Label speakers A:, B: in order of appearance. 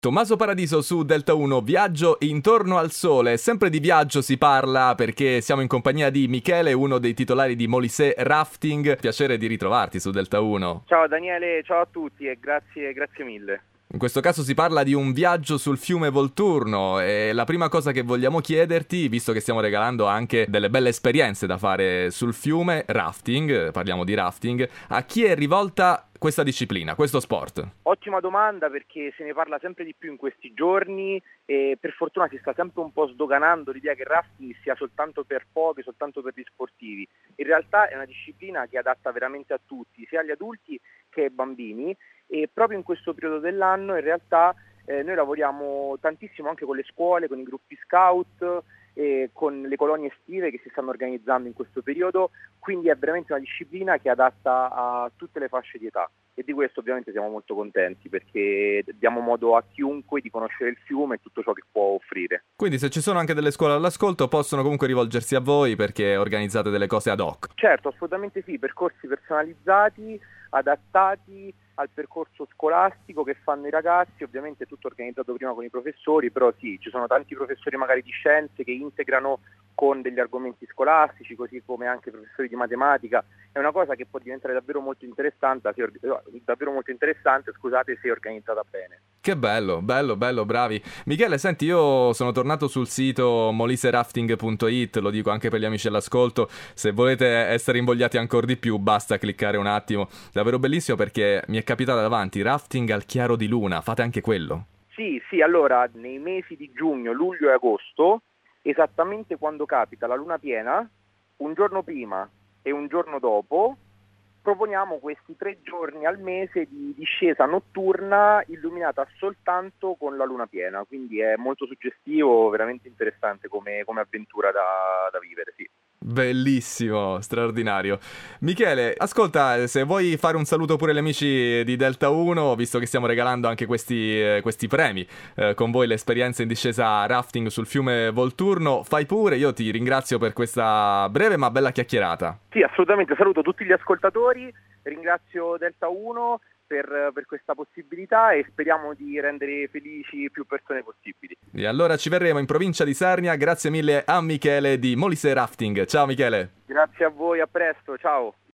A: Tommaso Paradiso su Delta 1, viaggio intorno al sole. Sempre di viaggio si parla perché siamo in compagnia di Michele, uno dei titolari di Molise Rafting. Piacere di ritrovarti su Delta 1.
B: Ciao Daniele, ciao a tutti e grazie mille.
A: In questo caso si parla di un viaggio sul fiume Volturno e la prima cosa che vogliamo chiederti, visto che stiamo regalando anche delle belle esperienze da fare sul fiume, rafting, parliamo di rafting, a chi è rivolta questa disciplina, questo sport?
B: Ottima domanda perché se ne parla sempre di più in questi giorni e per fortuna si sta sempre un po' sdoganando l'idea che il rafting sia soltanto per pochi, soltanto per gli sportivi. In realtà è una disciplina che è adatta veramente a tutti, sia agli adulti che ai bambini. E proprio in questo periodo dell'anno in realtà noi lavoriamo tantissimo anche con le scuole, con i gruppi scout, con le colonie estive che si stanno organizzando in questo periodo, quindi è veramente una disciplina che è adatta a tutte le fasce di età e di questo ovviamente siamo molto contenti perché diamo modo a chiunque di conoscere il fiume e tutto ciò che può offrire.
A: Quindi se ci sono anche delle scuole all'ascolto possono comunque rivolgersi a voi perché organizzate delle cose ad hoc.
B: Certo, assolutamente sì, percorsi personalizzati, adattati al percorso scolastico che fanno i ragazzi, ovviamente tutto organizzato prima con i professori, però sì, ci sono tanti professori magari di scienze che integrano con degli argomenti scolastici, così come anche professori di matematica. È una cosa che può diventare davvero molto interessante, scusate, se organizzata bene.
A: Che bello, bravi. Michele, senti, io sono tornato sul sito moliserafting.it, lo dico anche per gli amici all'ascolto, se volete essere invogliati ancora di più basta cliccare un attimo. Davvero bellissimo perché mi è capitata davanti, rafting al chiaro di luna, fate anche quello?
B: Sì, allora nei mesi di giugno, luglio e agosto, esattamente quando capita la luna piena, un giorno prima e un giorno dopo, proponiamo questi 3 giorni al mese di discesa notturna illuminata soltanto con la luna piena, quindi è molto suggestivo, veramente interessante come avventura da vivere, sì.
A: Bellissimo, straordinario. Michele, ascolta, se vuoi fare un saluto pure agli amici di Delta 1, visto che stiamo regalando anche questi premi, con voi l'esperienza in discesa rafting sul fiume Volturno, fai pure, io ti ringrazio per questa breve ma bella chiacchierata.
B: Sì, assolutamente, saluto tutti gli ascoltatori, ringrazio Delta 1 per questa possibilità e speriamo di rendere felici più persone possibili.
A: E allora ci verremo in provincia di Sarnia, grazie mille a Michele di Molise Rafting. Ciao Michele!
B: Grazie a voi, a presto, ciao!